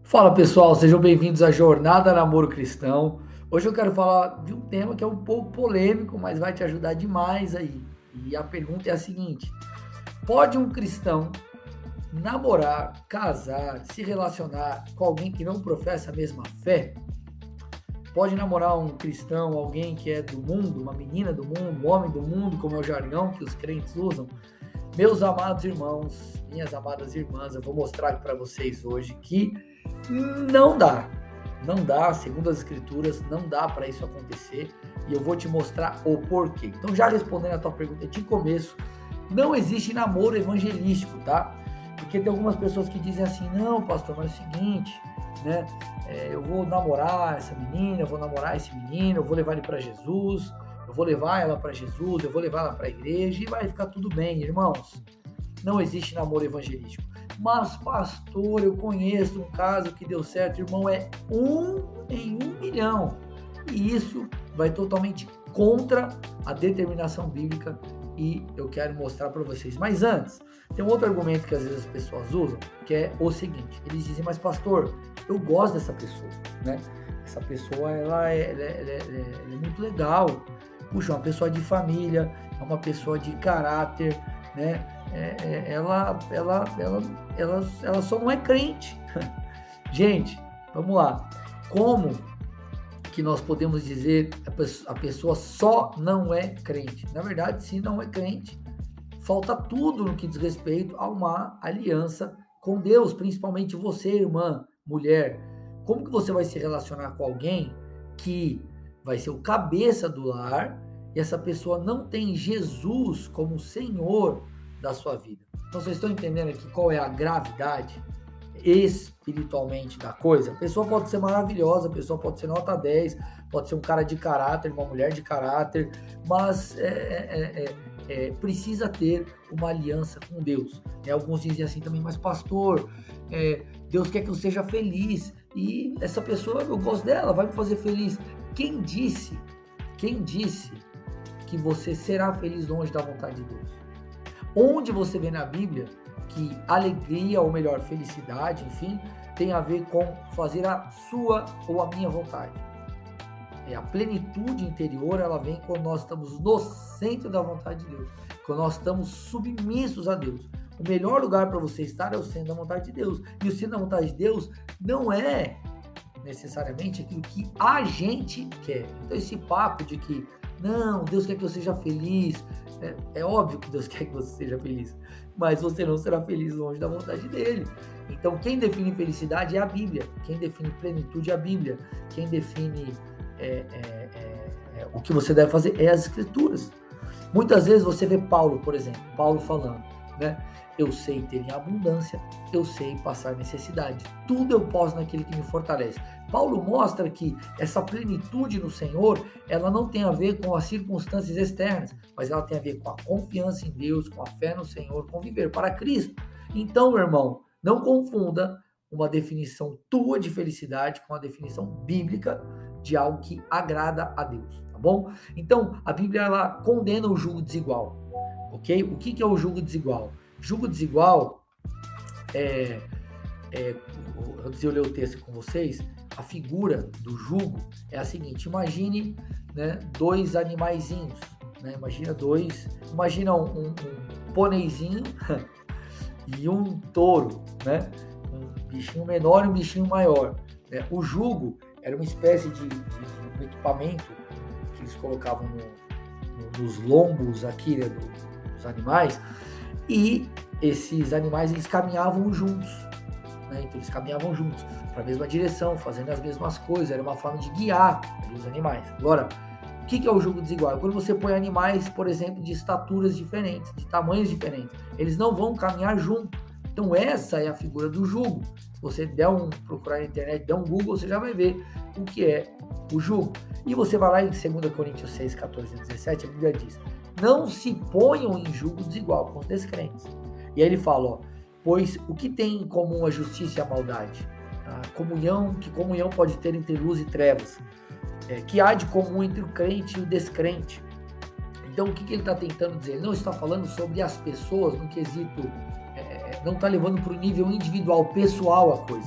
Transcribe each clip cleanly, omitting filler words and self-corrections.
Fala pessoal, sejam bem-vindos à Jornada Namoro Cristão. Hoje eu quero falar de um tema que é um pouco polêmico, mas vai te ajudar demais aí. E a pergunta é a seguinte: pode um cristão namorar, casar, se relacionar com alguém que não professa a mesma fé? Pode namorar um cristão, alguém que é do mundo, uma menina do mundo, um homem do mundo, como é o jargão que os crentes usam? Meus amados irmãos, minhas amadas irmãs, eu vou mostrar para vocês hoje que não dá. Não dá, segundo as escrituras, não dá para isso acontecer. E eu vou te mostrar o porquê. Então, já respondendo a tua pergunta de começo, não existe namoro evangelístico, tá? Porque tem algumas pessoas que dizem assim, não, pastor, mas é o seguinte, né? Eu vou namorar essa menina, eu vou namorar esse menino, eu vou levar ele para Jesus, eu vou levar ela para Jesus, eu vou levar ela para a igreja e vai ficar tudo bem, irmãos. Não existe namoro evangelístico. Mas, pastor, eu conheço um caso que deu certo, irmão, é 1 em 1 milhão. E isso vai totalmente contra a determinação bíblica e eu quero mostrar para vocês. Mas antes, tem um outro argumento que às vezes as pessoas usam, que é o seguinte, eles dizem, mas pastor, eu gosto dessa pessoa, né? Essa pessoa, ela é muito legal. Puxa, uma pessoa de família, é uma pessoa de caráter, né? Ela só não é crente. Gente, vamos lá. Como que nós podemos dizer a pessoa só não é crente? Na verdade, se não é crente, falta tudo no que diz respeito a uma aliança com Deus, principalmente você, irmã, mulher. Como que você vai se relacionar com alguém que vai ser o cabeça do lar e essa pessoa não tem Jesus como Senhor da sua vida? Então, vocês estão entendendo aqui qual é a gravidade espiritualmente da coisa? A pessoa pode ser maravilhosa, a pessoa pode ser nota 10, pode ser um cara de caráter, uma mulher de caráter, mas precisa ter uma aliança com Deus. Alguns dizem assim também, mas pastor, Deus quer que eu seja feliz e essa pessoa, eu gosto dela, vai me fazer feliz. Quem disse que você será feliz longe da vontade de Deus? Onde você vê na Bíblia que alegria, ou melhor, felicidade, enfim, tem a ver com fazer a sua ou a minha vontade? A plenitude interior, ela vem quando nós estamos no centro da vontade de Deus, quando nós estamos submissos a Deus. O melhor lugar para você estar é o centro da vontade de Deus. E o centro da vontade de Deus não é necessariamente aquilo que a gente quer. Então esse papo de que, não, Deus quer que eu seja feliz, é óbvio que Deus quer que você seja feliz, mas você não será feliz longe da vontade dele. Então quem define felicidade é a Bíblia, quem define plenitude é a Bíblia, quem define o que você deve fazer é as escrituras. Muitas vezes você vê Paulo, por exemplo, Paulo falando, né? Eu sei ter em abundância, eu sei passar necessidade. Tudo eu posso naquele que me fortalece. Paulo mostra que essa plenitude no Senhor, ela não tem a ver com as circunstâncias externas, mas ela tem a ver com a confiança em Deus, com a fé no Senhor, com viver para Cristo. Então, meu irmão, não confunda uma definição tua de felicidade com a definição bíblica de algo que agrada a Deus, tá bom? Então, a Bíblia, ela condena o julgo desigual, ok? O que é o julgo desigual? Julgo desigual antes de eu ler o texto com vocês, a figura do jugo é a seguinte: imagine, né, dois animaizinhos, né? Imagina um pôneizinho e um touro, né? Um bichinho menor e um bichinho maior, né? O jugo era uma espécie de equipamento que eles colocavam nos lombos aqui, né, dos animais, e esses animais, eles caminhavam juntos, né? Então eles caminhavam juntos para a mesma direção, fazendo as mesmas coisas, era uma forma de guiar os animais. Agora, o que é o jugo desigual? Quando você põe animais, por exemplo, de estaturas diferentes, de tamanhos diferentes, eles não vão caminhar junto. Então essa é a figura do jugo. Se você procurar na internet, der um Google, você já vai ver o que é o jugo. E você vai lá em 2 Coríntios 6, 14 e 17, a Bíblia diz: não se ponham em jugo desigual com os descrentes. E aí ele fala, ó, pois o que tem em comum a justiça e a maldade? Que comunhão pode ter entre luz e trevas? Que há de comum entre o crente e o descrente? Então o que ele está tentando dizer? Ele não está falando sobre as pessoas no quesito, não está levando para o nível individual, pessoal a coisa.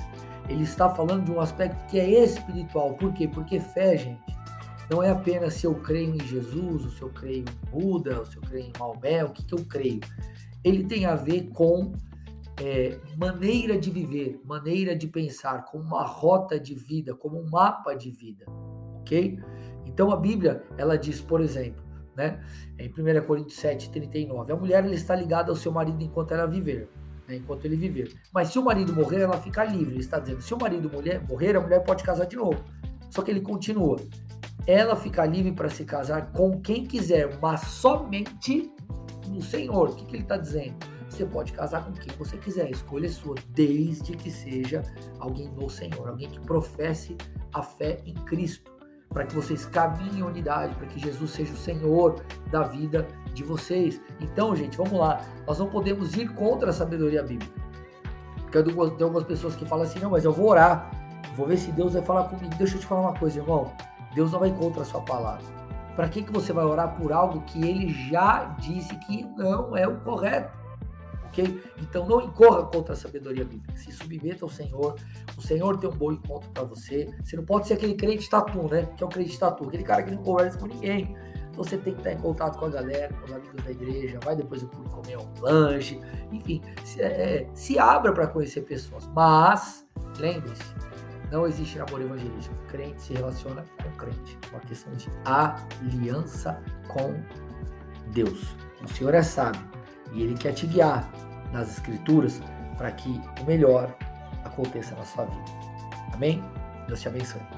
ele está falando de um aspecto que é espiritual. Por quê? Porque fé, gente, não é apenas se eu creio em Jesus, ou se eu creio em Buda, ou se eu creio em Maomé, o que eu creio. Ele tem a ver com maneira de viver, maneira de pensar, como uma rota de vida, como um mapa de vida, ok? Então a Bíblia, ela diz, por exemplo, né, em 1 Coríntios 7:39, a mulher ela está ligada ao seu marido enquanto ela viver, né, enquanto ele viver. Mas se o marido morrer, ela fica livre. Ele está dizendo, se o marido morrer, a mulher pode casar de novo. Só que ele continua, ela fica livre para se casar com quem quiser, mas somente no Senhor. O que ele está dizendo? Você pode casar com quem você quiser, a escolha é sua, desde que seja alguém no Senhor, alguém que professe a fé em Cristo, para que vocês caminhem em unidade, para que Jesus seja o Senhor da vida de vocês. Então, gente, vamos lá, nós não podemos ir contra a sabedoria bíblica, porque tem algumas pessoas que falam assim, não, mas eu vou orar, vou ver se Deus vai falar comigo. Deixa eu te falar uma coisa, irmão, Deus não vai contra a sua palavra. Para que você vai orar por algo que ele já disse que não é o correto? Okay? Então não incorra contra a sabedoria bíblica, se submeta ao Senhor, o Senhor tem um bom encontro para você. Você não pode ser aquele crente tatu, né? Que é o crente tatu, aquele cara que não conversa com ninguém. Então você tem que estar em contato com a galera, com os amigos da igreja, vai depois do culto comer um lanche, enfim, se abra para conhecer pessoas. Mas, lembre-se, não existe namoro evangelístico. Crente se relaciona com crente. É uma questão de aliança com Deus. O Senhor é sábio e Ele quer te guiar nas Escrituras para que o melhor aconteça na sua vida. Amém? Deus te abençoe.